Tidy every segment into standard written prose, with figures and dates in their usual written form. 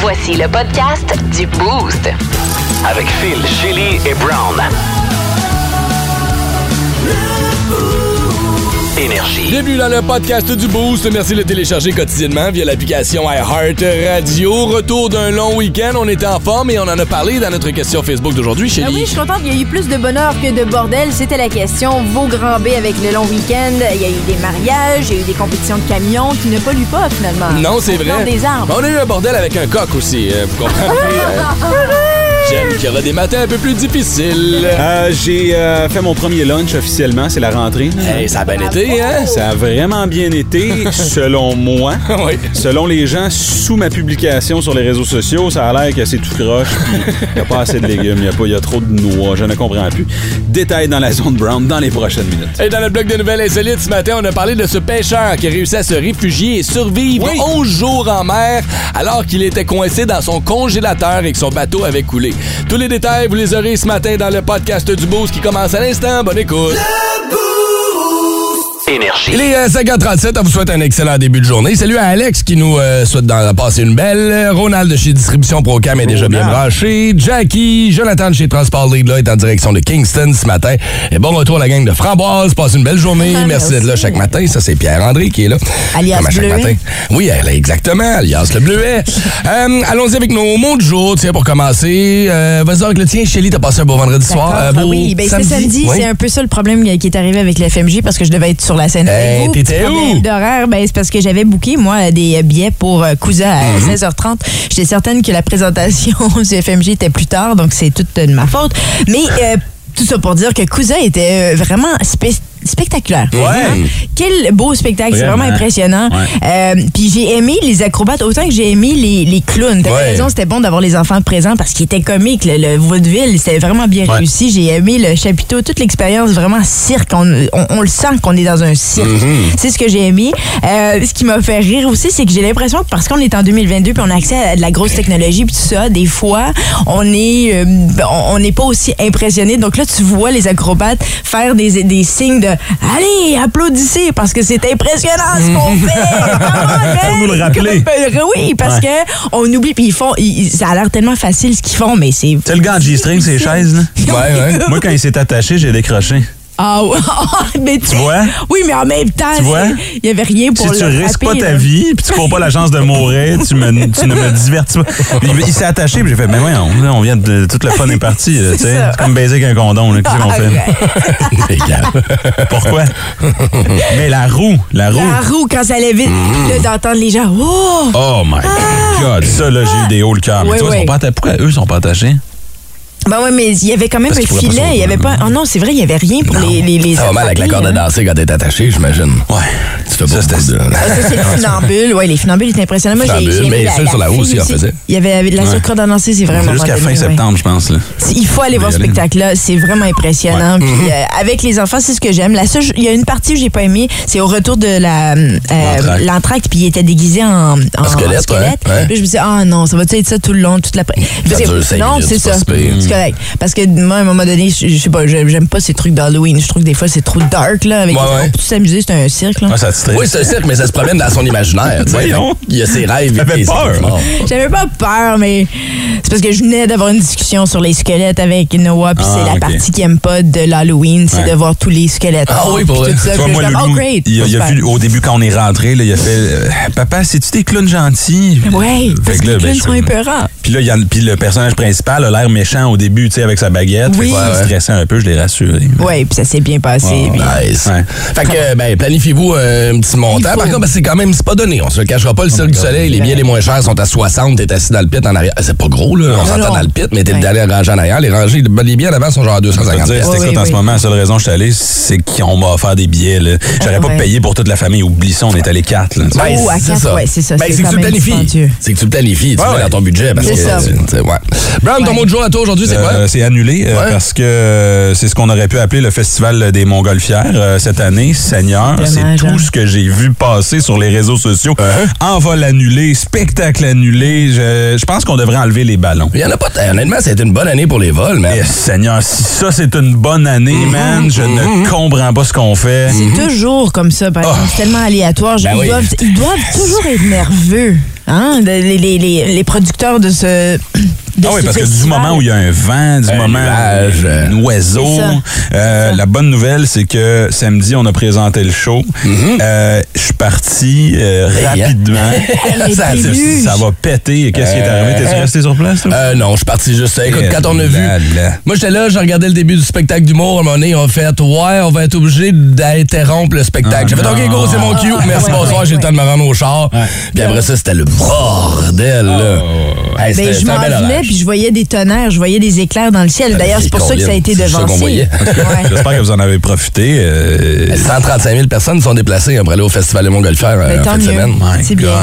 Voici le podcast du Boost. Avec Phil, Chili et Brown. Énergie. Bienvenue dans le podcast du Boost. Merci de le télécharger quotidiennement via l'application iHeart Radio. Retour d'un long week-end. On était en forme et on en a parlé dans notre question Facebook d'aujourd'hui, Chélie. Oui, je suis contente. Il y a eu plus de bonheur que de bordel. C'était la question. Vos grands B avec le long week-end. Il y a eu des mariages, il y a eu des compétitions de camions qui ne polluent pas, finalement. Non, c'est vrai. Des arbres. On a eu un bordel avec un coq aussi. Vous comprenez? J'aime qu'il y aura des matins un peu plus difficiles. J'ai fait mon premier lunch officiellement. C'est la rentrée. Hey, ça a bien été, hein? Ça a vraiment bien été, selon moi. Oui. Selon les gens, sous ma publication sur les réseaux sociaux, ça a l'air que c'est tout croche. Il n'y a pas assez de légumes, il y a trop de noix, je ne comprends plus. Détails dans la zone brown dans les prochaines minutes. Et dans notre bloc de nouvelles insolites, ce matin, on a parlé de ce pêcheur qui a réussi à se réfugier et survivre 11 jours en mer alors qu'il était coincé dans son congélateur et que son bateau avait coulé. Tous les détails, vous les aurez ce matin dans le podcast du Boost qui commence à l'instant. Bonne écoute. Énergie. Il est 5h37, on vous souhaite un excellent début de journée. Salut à Alex qui nous souhaite d'en passer une belle. Ronald de chez Distribution Procam est déjà bien branché. Jackie, Jonathan de chez Transport Lead est en direction de Kingston ce matin. Et bon retour à la gang de Framboise. Passe une belle journée. Merci d'être là chaque matin. Ça, c'est Pierre-André qui est là. Alias comme à chaque Bleuet. matin. Oui, elle est exactement. Alias le Bleuet. Allons-y avec nos mots du jour. Tiens, pour commencer. Vas-y avec le tien. Chélie, t'as passé un beau vendredi soir. Beau Oui, ben c'est samedi. Oui. C'est un peu ça le problème qui est arrivé avec le FMJ parce que je devais être sur la scène. Hey, avec vous. t'étais Petit problème où? d'horaire, ben c'est parce que j'avais booké, moi, des billets pour Cousa à 16h30. J'étais certaine que la présentation du FMJ était plus tard, donc c'est toute de ma faute. Mais tout ça pour dire que Cousa était vraiment spectaculaire. Ouais. Quel beau spectacle, c'est vraiment impressionnant. Puis j'ai aimé les acrobates autant que j'ai aimé les clowns. T'as raison, c'était bon d'avoir les enfants présents parce qu'ils étaient comiques. Le vaudeville, c'était vraiment bien réussi. J'ai aimé le chapiteau, toute l'expérience vraiment cirque. On le sent qu'on est dans un cirque. C'est ce que j'ai aimé. Ce qui m'a fait rire aussi, c'est que j'ai l'impression que parce qu'on est en 2022 puis on a accès à de la grosse technologie puis tout ça, des fois, on n'est pas aussi impressionné. Donc là, tu vois les acrobates faire des signes de allez, applaudissez parce que c'est impressionnant ce qu'on fait. Faut nous le rappeler. Oui, parce que on oublie puis ça a l'air tellement facile ce qu'ils font, mais c'est. C'est le gars en G-string, ces chaises, là. Ouais. Moi, quand il s'est attaché, j'ai décroché. Ah ouais, mais Tu vois? Oui, mais en même temps, Tu vois? il n'y avait rien pour Si le tu risques frapper, pas ta là. vie puis tu cours pas la chance de mourir, tu ne me divertis pas. Il s'est attaché puis j'ai fait, mais voyons, là, on vient de... Toute le fun est parti. Là, tu sais. ça. C'est comme baiser avec un condom. Là, qu'est-ce qu'on fait? Pourquoi? Mais la roue. La roue, quand ça allait vite, là, d'entendre les gens, oh! Oh my God. Ça, là, j'ai eu des hauts le cœur. Mais Oui, tu vois, oui. ils sont pas attachés. Pourquoi eux sont pas attachés? Ben ouais, mais il y avait quand même Parce un qu'ils pourraient pas filet, il y avait pas. Oh non, c'est vrai, il y avait rien pour les Ça va mal avec la corde à danser quand t'es attaché, j'imagine. Ouais. Tu fais pas beaucoup de... Ça, c'est le funambule. Oui, les funambules étaient impressionnants. Moi, j'ai Funambule, aimé mais ceux sur la roue aussi en faisaient. Il y avait la corde à danser, c'est vraiment. C'est jusqu'à fin septembre, je pense. Là. Il faut aller voir ce spectacle-là. C'est vraiment impressionnant. Puis, avec les enfants, c'est ce que j'aime. Il y a une partie où j'ai pas aimé. C'est au retour de l'entracte. Puis il était déguisé en squelette. ouais. Puis je me disais, ah non, ça va être ça tout le long, toute la. Non, c'est ça. C'est correct. Parce que moi, à un moment donné, je sais pas, j'aime pas ces trucs d'Halloween. Je trouve que des fois, c'est trop dark, là. Avec on peut s'amuser, c'est un cirque, là. Ouais, ça te stresse. Oui, c'est un cirque, mais ça se promène dans son imaginaire. Tu sais. Voyons. Il y a ses rêves. Ça fait peur. J'avais pas peur, mais c'est parce que je venais d'avoir une discussion sur les squelettes avec Noah, puis c'est la partie qu'il aime pas de l'Halloween, c'est de voir tous les squelettes. Ah oui, pour tout ça. Tu vois, moi, Loulou, il a vu au début quand on est rentré, là, il a fait Papa, c'est-tu des clowns gentils? Oui, parce que les clowns sont épeurants. Puis là, puis le personnage principal a l'air méchant au début, tu sais, avec sa baguette. Oui. Fait que il stressait un peu, je l'ai rassuré. Oui, puis ça s'est bien passé. Puis- Nice. Ouais. Fait que, planifiez-vous un petit montant. Par contre, c'est quand même, c'est pas donné. On se le cachera pas. Le Cirque du Soleil, les billets les moins chers sont à 60. T'es assis dans le pit en arrière. C'est pas gros, là. On s'entend dans le pit, mais t'es le dernier rangé en arrière. Les billets en avant sont genre à 250. Si t'écoutes en ce moment, la seule raison que je suis allé, c'est qu'on m'a offert des billets. Là. J'aurais pas payé pour toute la famille. Oublie ça, on est allé 4. Là. à 4, ouais, c'est ça. Ben, c'est que tu le planifies. C'est que tu le planifies. Tu le mets dans ton budget. Parce C'est que, ça. Brown, ton mot de jour à toi aujourd'hui, c'est quoi? C'est annulé parce que c'est ce qu'on aurait pu appeler le Festival des Montgolfières cette année. Seigneur, c'est tout ce que j'ai vu passer sur les réseaux sociaux. Envol annulé, spectacle annulé. Je pense qu'on devrait enlever les ballons. Il y en a pas. Honnêtement, c'était une bonne année pour les vols, man. Seigneur, si ça c'est une bonne année, man, je ne comprends pas ce qu'on fait. C'est toujours comme ça, par exemple. C'est tellement aléatoire. Ils doivent toujours être nerveux. Les producteurs de ce... oui, parce que du moment où il y a un vent, du moment où un oiseau, la bonne nouvelle, c'est que samedi, on a présenté le show. Je suis parti rapidement. Ça va péter. Qu'est-ce qui est arrivé? T'es-tu resté sur place? Non, je suis parti juste. Écoute, quand on a vu... Moi, j'étais là, je regardais le début du spectacle d'humour. À un moment donné, on a fait « Ouais, on va être obligé d'interrompre le spectacle. » J'ai fait « OK, go, c'est mon cue. Merci, bonsoir. J'ai le temps de me rendre au char. » Puis après ça, c'était le bordel, là. Je m'en venais, puis je voyais des tonnerres, je voyais des éclairs dans le ciel. D'ailleurs, c'est pour ça que ça a été devancé. J'espère que vous en avez profité. 135 000 personnes sont déplacées pour aller au Festival des Montgolfières en fin de semaine. C'est bien.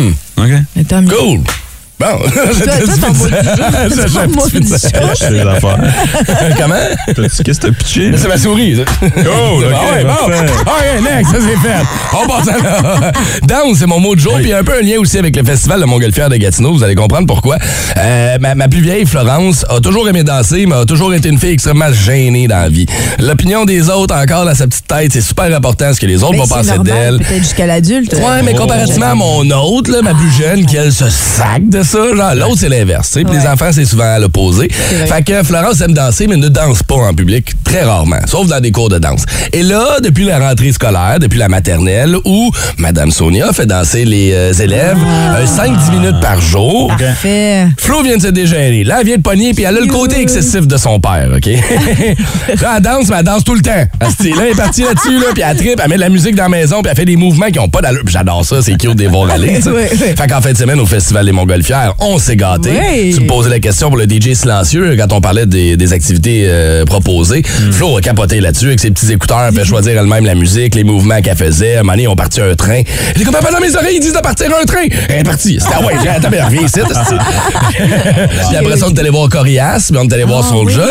OK. Cool. Bon. Toi, ton mot du jour. C'est l'affaire. Comment? Qu'est-ce que t'as pitché? C'est ma souris, ça. Cool, OK, next, ça c'est fait. On passe à là. Danse, c'est mon mot de jour, puis il y a un peu un lien aussi avec le Festival de Montgolfière de Gatineau. Vous allez comprendre pourquoi. Ma plus vieille, Florence, a toujours aimé danser, mais a toujours été une fille extrêmement gênée dans la vie. L'opinion des autres, encore dans sa petite tête, c'est super important, ce que les autres vont penser d'elle. Peut-être jusqu'à l'adulte. Ouais, mais comparativement à mon autre, là, ma plus jeune, qui elle se sac de ça, genre l'autre c'est l'inverse. Puis les enfants, c'est souvent à l'opposé. Fait que Florence aime danser, mais ne danse pas en public, très rarement, sauf dans des cours de danse. Et là, depuis la rentrée scolaire, depuis la maternelle, où Madame Sonia fait danser les élèves 5-10 minutes par jour. Parfait. Flo vient de se dégêner. Là, elle vient de pogner, puis elle a le côté excessif de son père, OK? Là, elle danse, mais elle danse tout le temps. Là, elle est partie là-dessus, là, puis elle trippe, elle met de la musique dans la maison, puis elle fait des mouvements qui n'ont pas d'allure. Puis j'adore ça, c'est cute de les voir aller. Fait qu'en fin de semaine, au Festival des Montgolfières, on s'est gâtés. Oui. Tu me posais la question pour le DJ silencieux quand on parlait des activités proposées. Flo a capoté là-dessus avec ses petits écouteurs, elle fait choisir elle-même la musique, les mouvements qu'elle faisait. À un moment donné, on partit un train. Elle est comme, dans mes oreilles, ils disent de partir un train. Elle est partie. C'était, ouais, attends, reviens ici. Puis après ça, on est allé voir Corias, puis on est allé voir Soulja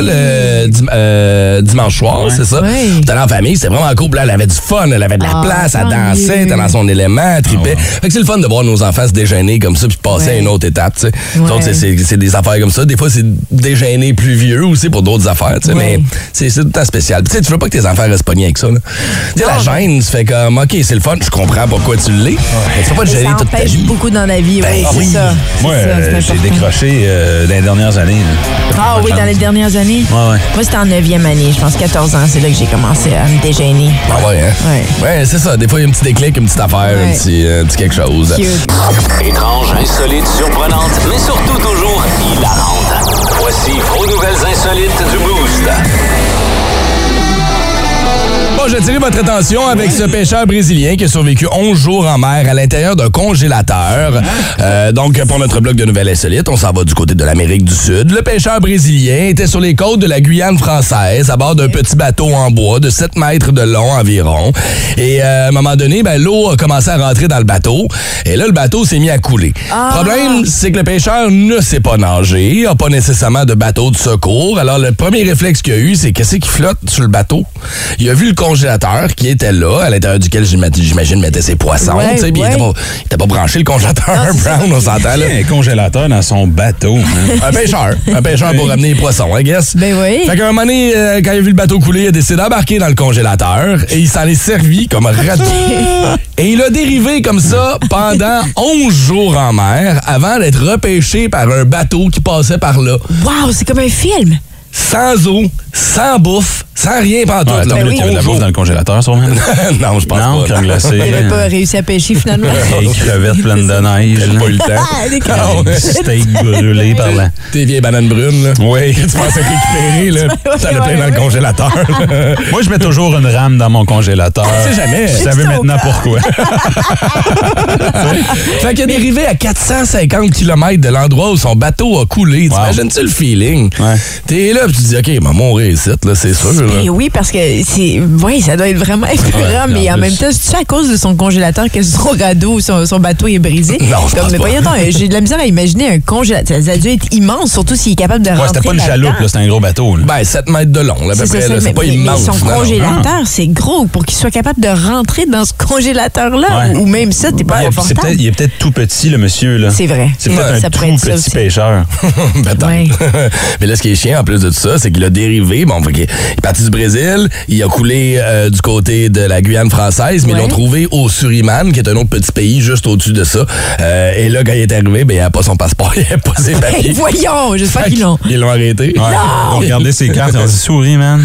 le dimanche soir, c'est ça. Oui. On est allé en famille, c'était vraiment cool. Là, elle avait du fun, elle avait de la place, elle dansait, elle était dans son élément, elle tripait. Fait que c'est le fun de voir nos enfants se déjeuner comme ça, puis passer à une autre étape, tu sais. Donc, c'est des affaires comme ça. Des fois, c'est déjeuner plus vieux aussi pour d'autres affaires, tu sais, mais c'est tout le temps spécial. Tu sais, tu veux pas que tes enfants restent pognés avec ça, là. Tu sais, la gêne, tu fais comme, OK, c'est le fun, je comprends pourquoi tu l'es, mais tu vas pas te gêner toute ta vie. Beaucoup dans la vie, oui, c'est ça. Moi, j'ai décroché dans les dernières années. Ah oui, dans les dernières années? Ouais. Moi, c'était en 9e année, je pense 14 ans, c'est là que j'ai commencé à me dégêner. Ah ouais, hein? Ouais, c'est ça. Des fois, il y a un petit déclic, une petite affaire, un petit quelque chose. Étrange, insolite, surprenante, mais surtout toujours hilarante. Voici vos nouvelles insolites du Boost. Bon, j'ai attiré votre attention avec ce pêcheur brésilien qui a survécu 11 jours en mer à l'intérieur d'un congélateur. Donc, pour notre bloc de nouvelles insolites, on s'en va du côté de l'Amérique du Sud. Le pêcheur brésilien était sur les côtes de la Guyane française à bord d'un petit bateau en bois de 7 mètres de long environ. Et à un moment donné, l'eau a commencé à rentrer dans le bateau. Et là, le bateau s'est mis à couler. Le problème, c'est que le pêcheur ne sait pas nager, n'a pas nécessairement de bateau de secours. Alors, le premier réflexe qu'il a eu, c'est qu'est-ce qui flotte sur le bateau? Il a vu le congélateur qui était là, à l'intérieur duquel, j'imagine, mettait ses poissons. Puis il était pas branché, le congélateur. Brown, on s'entend là. Un congélateur dans son bateau. Un pêcheur pour ramener les poissons, I guess. Ben oui. Fait qu'à un moment donné, quand il a vu le bateau couler, il a décidé d'embarquer dans le congélateur et il s'en est servi comme un radeau. Et il a dérivé comme ça pendant 11 jours en mer avant d'être repêché par un bateau qui passait par là. Wow, c'est comme un film. Sans eau, sans bouffe, sans rien pantoute. Il y avait de la bouffe dans le congélateur, sûrement. Non, je pense pas. Crème glacée. Il n'avait pas réussi à pêcher, finalement. Des crevettes pleines de neige. Il n'a pas eu le temps. Des steaks brûlés par là. Tes vieilles bananes brunes, là. Oui. Tu pensais récupérer, là. T'en as plein dans le congélateur. Moi, je mets toujours une rame dans mon congélateur. Tu sais jamais. Vous savez maintenant pourquoi. Fait qu'il a dérivé à 450 km de l'endroit où son bateau a coulé. T'imagines-tu le feeling? Ouais. T'es là, puis tu dis, OK, il va mourir ici, là, c'est sûr. Et oui, parce que ça doit être vraiment épeurant, mais en même temps, c'est à cause de son congélateur que son radeau, son bateau est brisé. Non, je pense pas. J'ai de la misère à imaginer un congélateur. Ça a dû être immense, surtout s'il est capable de rentrer. C'était pas une chaloupe, là, c'était un gros bateau. Là. 7 mètres de long, là, à peu près. C'est pas immense. Mais son congélateur, c'est gros pour qu'il soit capable de rentrer dans ce congélateur-là. Ou même ça, t'es pas confortable. Il est peut-être tout petit, le monsieur. Là. C'est vrai. C'est peut-être un tout petit pêcheur. Mais là, ce qui est chiant, en plus de tout ça, c'est qu'il a dérivé. Bon, il est parti sorti du Brésil. Il a coulé du côté de la Guyane française, mais ils l'ont trouvé au Suriname, qui est un autre petit pays juste au-dessus de ça. Et là, quand il est arrivé, il n'avait pas son passeport, il n'avait pas ses papiers. Voyons, j'espère qu'ils l'ont. Ils l'ont arrêté. Ouais. Ils ont regardé ses cartes et ont dit souris, man.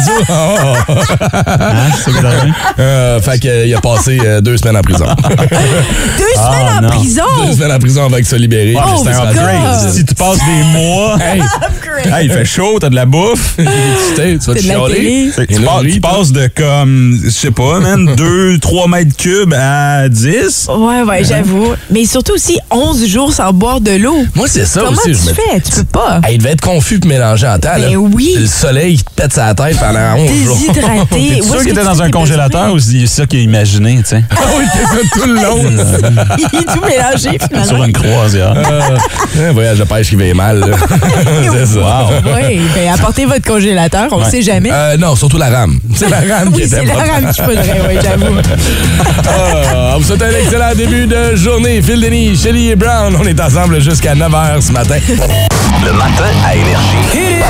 C'est fait qu'il a passé 2 semaines en prison. 2 semaines en prison? 2 semaines en prison avec se libérer. C'est un upgrade. Si tu passes des mois, il fait chaud, t'as de la bouffe. Tu vas te chialer. Tu passes de comme, je sais pas, man, 2-3 mètres cubes à 10. Ouais, j'avoue. Mais surtout aussi 11 jours sans boire de l'eau. Moi, c'est ça Comment aussi. Comment tu fais? Tu peux pas. Il devait être confus et mélangé en temps. Mais oui. Le soleil qui te pète sa tête pendant 11 jours. Déshydraté. T'es sûr qu'il était dans un congélateur ou c'est ça qu'il a imaginé, tu sais? Ah oui, c'est ça tout le long. Il est tout mélangé, finalement. Sur une croisière. Un voyage de pêche qui va mal. C'est ça. Wow. Oui, apportez votre congélateur, on ne sait jamais. Non, surtout la rame. C'est la rame qui était c'est la rame qu'il faudrait, oui, j'avoue. On vous souhaite un excellent début de journée. Phil Denis, Shelly et Brown, on est ensemble jusqu'à 9h ce matin. Le matin à Énergie.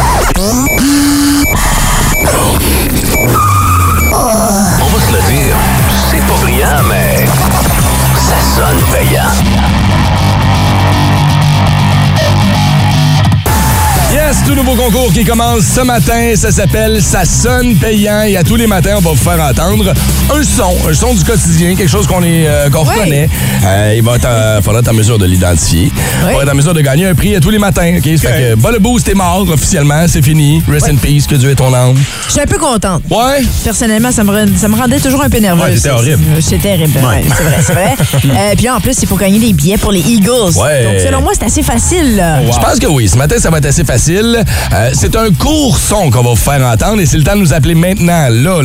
On va se le dire, c'est pas brillant, mais ça sonne payant. Yes, tout nouveau concours qui commence ce matin. Ça s'appelle Ça sonne payant. Et à tous les matins, on va vous faire entendre un son du quotidien, quelque chose qu'on reconnaît. Il va faudra être en mesure de l'identifier. On va être en mesure de gagner un prix à tous les matins. OK? Ça fait que Bas le Boost est mort officiellement. C'est fini. Rest in peace. Que Dieu ait ton âme. Je suis un peu contente. Ouais. Personnellement, ça me rendait toujours un peu nerveuse. Ouais, c'était horrible. C'était terrible. Ouais, c'est vrai. Puis là, en plus, il faut gagner des billets pour les Eagles. Ouais. Donc, selon moi, c'est assez facile. Wow. Je pense que oui. Ce matin, ça va être assez facile. C'est un court son qu'on va vous faire entendre et c'est le temps de nous appeler maintenant. Là.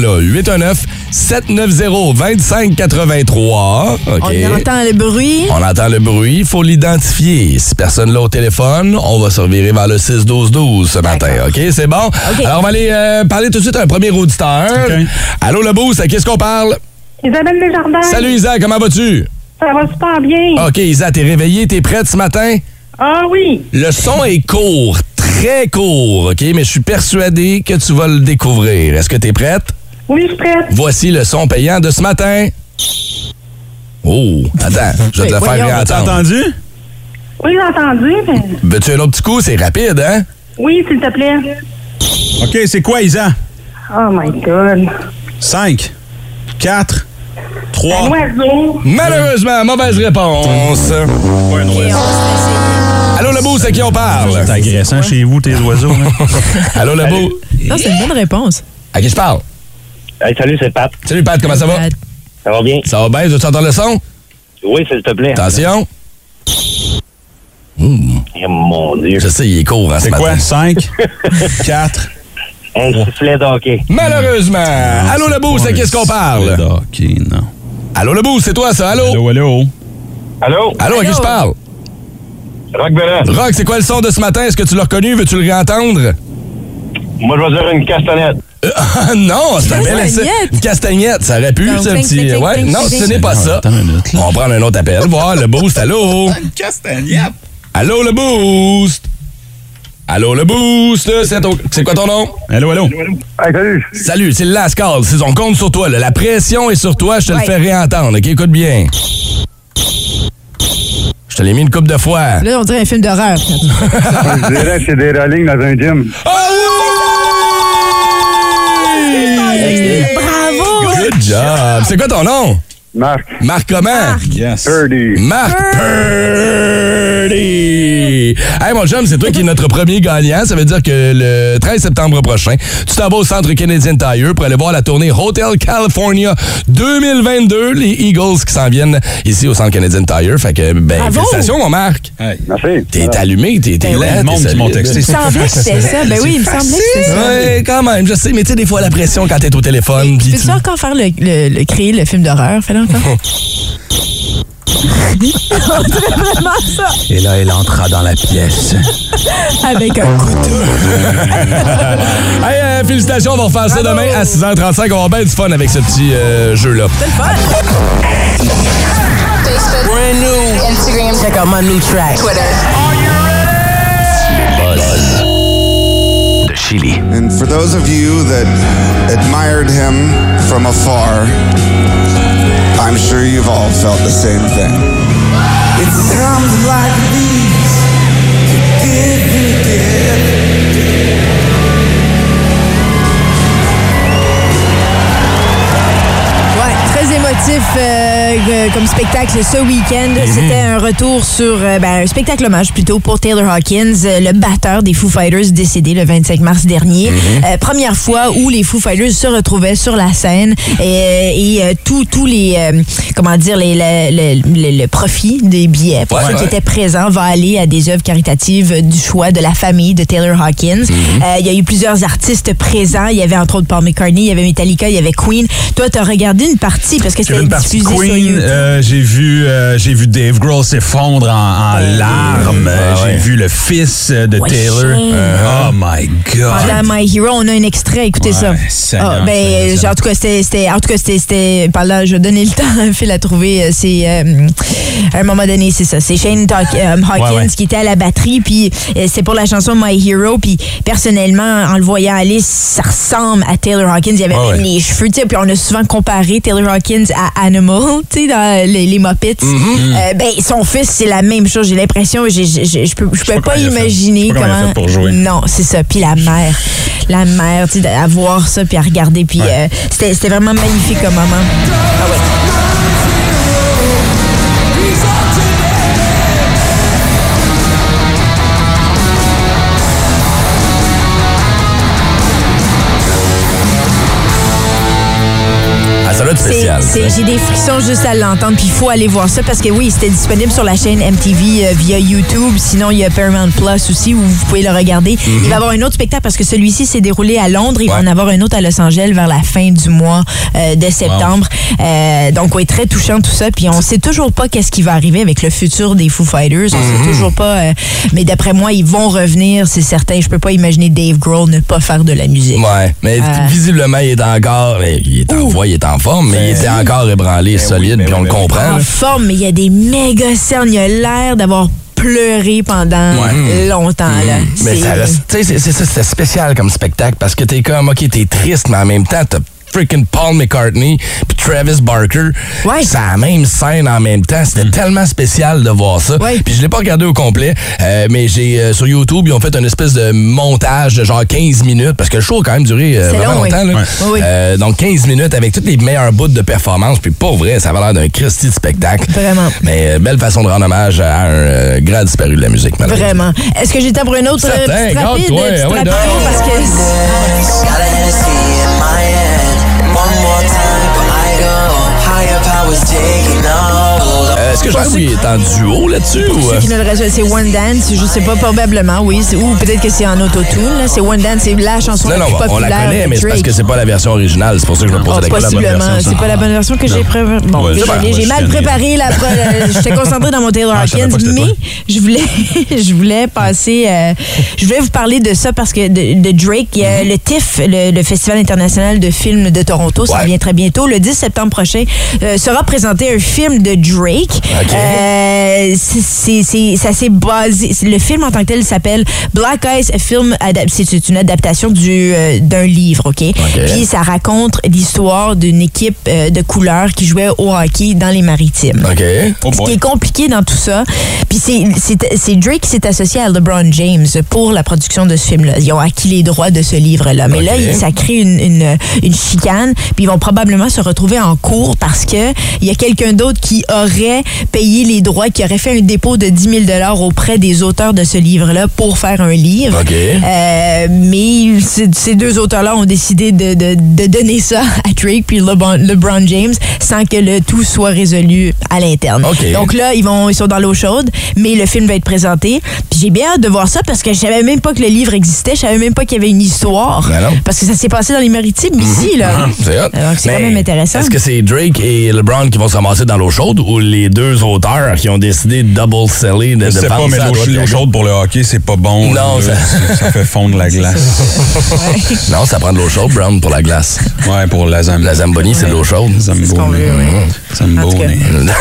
819-790-2583. OK. On entend le bruit. On entend le bruit. Il faut l'identifier. Si personne l'a au téléphone, on va se revirer vers le 6-12-12 ce matin. OK? C'est bon? Okay. Alors, on va aller parler tout de suite à un premier auditeur. Okay. Allô, le Boost, à qui est-ce qu'on parle? Isabelle Desjardins. Salut, Isa. Comment vas-tu? Ça va super bien. OK, Isa, t'es réveillée? T'es prête ce matin? Ah oui. Le son est court. Très court, OK? Mais je suis persuadé que tu vas le découvrir. Est-ce que tu es prête? Oui, je suis prête. Voici le son payant de ce matin. Oh, attends, je vais te le faire réentendre. T'as entendu? Oui, j'ai entendu. Mais... Veux-tu un autre petit coup? C'est rapide, hein? Oui, s'il te plaît. OK, c'est quoi, Isa? Oh my God. 5, 4, 3... Un oiseau. Malheureusement, mauvaise réponse. Pas un oiseau. Allô, le Boost, à qui on parle? C'est agressant chez vous, tes oiseaux. Allô, le Boost. Non, c'est une bonne réponse. À qui je parle? Hey, salut, c'est Pat. Salut, Pat, comment ça va? Ça va bien? Ça va bien? Veux-tu entendre le son? Oui, s'il te plaît. Attention. Oh, mon Dieu. Je sais, il est court, hein, c'est quoi? 5, 4... Un sifflet d'hockey. Malheureusement. Allô, le Boost, à qui est-ce qu'on parle? D'hockey, non. Allô, le Boost, c'est toi, ça? Allô? Allô? Allô, à qui je parle? Rock Bella. Rock, c'est quoi le son de ce matin? Est-ce que tu l'as reconnu? Veux-tu le réentendre? Moi, je vais dire une castagnette. Non, c'est un bel essai. Une castagnette, ça aurait pu, ce petit... Ouais, non, ce n'est pas ça. On va prendre un autre appel. Voir le Boost, allô? Une castagnette. Allô, le Boost? Allô, le Boost? C'est quoi ton nom? Allô? Hey, salut. Salut, c'est le last call. On compte sur toi. Là. La pression est sur toi. Je te le fais réentendre. OK, écoute bien. Je te l'ai mis une couple de fois. Là, on dirait un film d'horreur. Je dirais que c'est des rollings dans un gym. Oh oui! Bravo! Good job. C'est quoi ton nom? Marc. Marc comment? Yes. Purdy. Marc Purdy! Hey, mon chum, c'est toi qui es notre premier gagnant. Ça veut dire que le 13 septembre prochain, tu t'en vas au Centre Canadian Tire pour aller voir la tournée Hotel California 2022. Les Eagles qui s'en viennent ici au Centre Canadian Tire. Fait que, félicitations, mon Marc. Hey. Merci. T'es allumé, t'es là. Le monde qui m'ont texté. Il me semblait que c'était ça. Ben oui, il me semblait que c'était ça. Oui, quand même. Je sais, mais tu sais, des fois, la pression quand t'es au téléphone. Peux-tu encore faire créer le film d'horreur? Fais-le encore. On dirait vraiment ça. Et là, il entra dans la pièce. Avec un couteau. Hey, félicitations, on va refaire ça demain à 6h35. On va avoir bien du fun avec ce petit jeu-là. C'est le fun. Facebook. Brand new. Instagram. Check out my new track. Twitter. Le buzz de Chili. And for those of you that admired him from afar, I'm sure you've all felt the same thing. It's times like these to give. Très émotif comme spectacle ce week-end. C'était un retour sur un spectacle hommage plutôt pour Taylor Hawkins, le batteur des Foo Fighters décédé le 25 mars dernier. Première fois où les Foo Fighters se retrouvaient sur la scène et tous les le profit des billets pour ceux qui étaient présents va aller à des œuvres caritatives du choix de la famille de Taylor Hawkins. Il y a eu plusieurs artistes présents. Il y avait entre autres Paul McCartney, il y avait Metallica, il y avait Queen. Toi, t'as regardé une partie parce que c'était diffusé sur YouTube. J'ai vu Dave Grohl s'effondre en larmes. J'ai vu le fils de Taylor. Oh my God. Pendant My Hero, on a un extrait. Écoutez ça. En tout cas, c'était. Pendant, je vais donner le temps à Phil à trouver. C'est à un moment donné, c'est ça. C'est Shane Hawkins qui était à la batterie. Puis c'est pour la chanson My Hero. Puis personnellement, en le voyant aller, ça ressemble à Taylor Hawkins. Il y avait même les cheveux. Puis on a souvent comparé Taylor Hawkins à Animal, tu sais, dans les Muppets. Son fils, c'est la même chose. J'ai l'impression, je peux pas imaginer comment. Pour jouer. Non, c'est ça. Puis la mère, tu sais, à voir ça puis à regarder. Puis c'était vraiment magnifique comme moment. Ah ouais. Spécial, j'ai des frissons juste à l'entendre, puis il faut aller voir ça parce que oui, c'était disponible sur la chaîne MTV via YouTube. Sinon, il y a Paramount Plus aussi où vous pouvez le regarder. Il va y avoir un autre spectacle parce que celui-ci s'est déroulé à Londres. Il va en avoir un autre à Los Angeles vers la fin du mois de septembre. Donc, oui, très touchant tout ça. Puis on sait toujours pas qu'est-ce qui va arriver avec le futur des Foo Fighters. On sait toujours pas. Mais d'après moi, ils vont revenir, c'est certain. Je peux pas imaginer Dave Grohl ne pas faire de la musique. Ouais, mais visiblement, il est encore. Il est en voie, il est en forme, mais il était encore ébranlé, solide, puis on le comprend. En forme, mais il y a des méga cernes. Il a l'air d'avoir pleuré pendant longtemps. Là. Mais c'était spécial comme spectacle parce que t'es comme, OK, t'es triste, mais en même temps, t'as freaking Paul McCartney puis Travis Barker. C'est la même scène en même temps. C'était tellement spécial de voir ça. Puis je l'ai pas regardé au complet, mais j'ai sur YouTube, ils ont fait une espèce de montage de genre 15 minutes parce que le show a quand même duré vraiment longtemps. Là. Donc 15 minutes avec tous les meilleurs bouts de performance. Puis pour vrai, ça avait l'air d'un Christy de spectacle. Vraiment. Mais belle façon de rendre hommage à un grand disparu de la musique. Vraiment. Est-ce que j'ai le temps pour une autre petite rapide? Parce que... Est-ce que Jean-Louis est en duo là-dessus? C'est One Dance, je sais pas, probablement, oui. Ou peut-être que c'est en autotune. Là. C'est One Dance, c'est la chanson la plus populaire. On la connaît, mais c'est parce que c'est pas la version originale. C'est pour ça que je me posais la question. Possiblement. C'est pas la bonne version que j'ai prévue. Bon, désolé, j'ai mal préparé la j'étais concentrée dans mon Taylor Hawkins, mais je voulais passer... je voulais vous parler de ça parce que de Drake, il y a le TIFF, le Festival international de films de Toronto, ça revient très bientôt. Le 10 septembre prochain sera présenté un film de Drake. Ça s'est basé... Le film en tant que tel s'appelle Black Ice, c'est une adaptation d'un livre, OK? Puis ça raconte l'histoire d'une équipe de couleurs qui jouait au hockey dans les Maritimes. Ce qui est compliqué dans tout ça, puis c'est Drake qui s'est associé à LeBron James pour la production de ce film-là. Ils ont acquis les droits de ce livre-là. Mais là, ça crée une chicane, puis ils vont probablement se retrouver en cours parce que il y a quelqu'un d'autre qui aurait payé les droits, qui aurait fait un dépôt de 10 000 auprès des auteurs de ce livre-là pour faire un livre. Mais ces deux auteurs-là ont décidé de donner ça à Drake puis LeBron James sans que le tout soit résolu à l'interne. Donc là, ils sont dans l'eau chaude, mais le film va être présenté. Puis j'ai bien hâte de voir ça parce que je savais même pas que le livre existait. Je savais même pas qu'il y avait une histoire. Parce que ça s'est passé dans les Maritimes ici, là. C'est hot. C'est quand même intéressant. Est-ce que c'est Drake et LeBron qui vont se ramasser dans l'eau chaude ou les deux deux auteurs qui ont décidé de double-seller, de sais pas, vendre mais ça à droite et à l'eau gauche. chaude pour le hockey, c'est pas bon. Non, là. Ça fait fondre la glace. Non, ça prend de l'eau chaude, Brown, pour la glace. Ouais, pour la Zamboni. La Zamboni, c'est de l'eau chaude. Zamboni. Zamboni.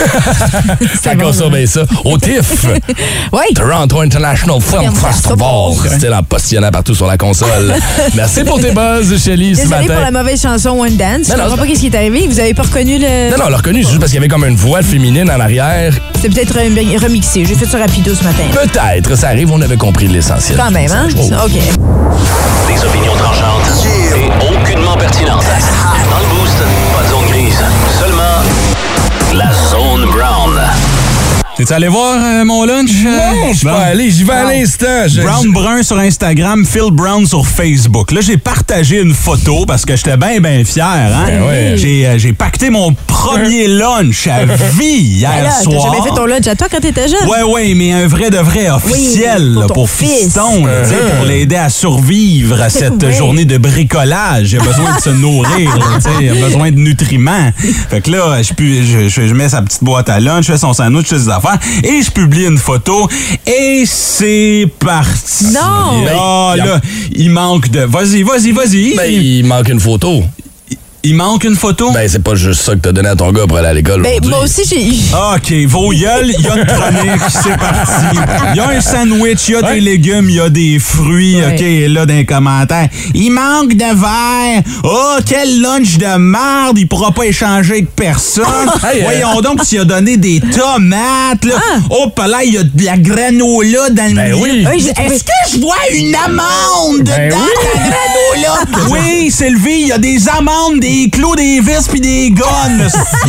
Ça consomme bien ça. Au TIFF, Oui. Toronto International Film Festival. C'était en postillonnant partout sur la console. Merci pour tes buzz, Shelly, ce Désolée matin. pour la mauvaise chanson One Dance. Je Non, comprends non, pas qu'est-ce qui est arrivé. Vous avez pas reconnu le... Non, on l'a reconnu, c'est juste parce qu'il y avait comme une voix féminine en arrière. C'est peut-être remixé. J'ai fait ça rapido ce matin. Peut-être, ça arrive, on avait compris l'essentiel. Quand même, hein? Oh. OK. Des opinions tranchantes et aucunement pertinentes. Dans le Boost, pas de zone grise, seulement la zone brown. T'es allé voir mon lunch? Non, je suis pas allé, j'y vais à l'instant. Brown Brun sur Instagram, Phil Brown sur Facebook. Là, j'ai partagé une photo parce que j'étais bien fier. Hein? Ben ouais. J'ai pacté mon premier lunch à vie hier Là, soir. t'as jamais fait ton lunch à toi quand t'étais jeune? Ouais, mais un vrai de vrai officiel Oui, pour là, ton pour fils. Fiston, là, tu sais, pour l'aider à survivre à cette Ouais. journée de bricolage. Il a besoin de se nourrir, là, tu sais, il a besoin de nutriments. Fait que là, je mets sa petite boîte à lunch, je fais son sandwich, je fais ses affaires, et je publie une photo, et c'est parti. Non! Ah, là, il manque de... Vas-y. Ben, il manque une photo. Il manque une photo? Ben, c'est pas juste ça que t'as donné à ton gars pour aller à l'école. Ben, aujourd'hui. moi aussi, j'ai... OK, vos gueules, il y a une chronique, c'est parti. Il y a un sandwich, il y a des légumes, il y a des fruits, Ouais. OK, et là, dans les commentaires, il manque de verre. Oh, quel lunch de merde, il pourra pas échanger avec personne. Hey, Voyons donc s'il a donné des tomates, là. Oh, là, il y a de la granola dans le Ben milieu. oui. Oui, j'ai trouvé- Est-ce que je vois une amande Ben dedans, oui. la granola? Oui, Sylvie, il y a des amandes, des clous, des vis puis des gonnes.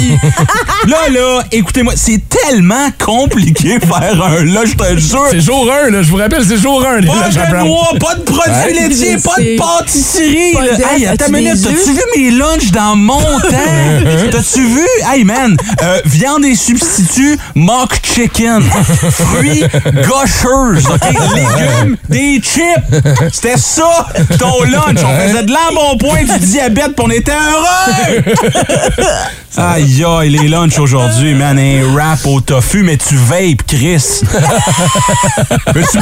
Là, écoutez-moi, c'est tellement compliqué faire un lunch, je te jure. C'est jour 1, là, je vous rappelle, c'est jour 1. Pas de noix, pas de produits Ouais. laitiers, Je pas sais. de pâtisserie. Pas là. d'œufs, Hey, attends as-tu une minute, des t'as-tu œufs? vu mes lunchs dans mon temps? T'as-tu vu? Hey man, viande et substituts, mock chicken, fruits gaucheuses, OK? Légumes, des chips. C'était ça, ton lunch. On faisait de l'embonpoint, du diabète, pis on était heureux. Aïe, aïe, les lunchs aujourd'hui, man, un wrap au tofu, mais tu vapes, Chris. Peux-tu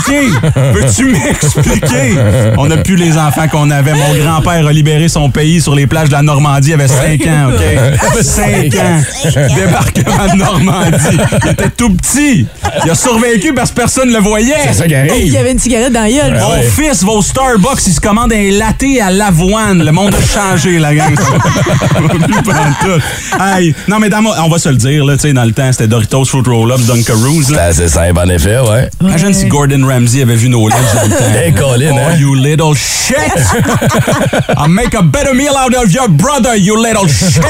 m'expliquer? On n'a plus les enfants qu'on avait. Mon grand-père a libéré son pays sur les plages de la Normandie. Il avait 5 ans, OK? 5 ans. Débarquement de Normandie. Il était tout petit. Il a survécu parce que personne ne le voyait. C'est ça qui Il arrive. y avait une cigarette dans la gueule. Mon ouais. fils va au Starbucks, il se commande un latte à l'avoine. Le monde a changé, la gang. Ça va plus prendre tout. Hey, non, mais on va se le dire, là, tu sais, dans le temps, c'était Doritos, Fruit Roll-Ups, Dunkaroos. C'est assez simple, en effet, ouais. Imagine si Gordon Ramsay avait vu nos lunchs dans le temps. Hey, Colin, Oh, hein? you little shit! I'll make a better meal out of your brother, you little shit!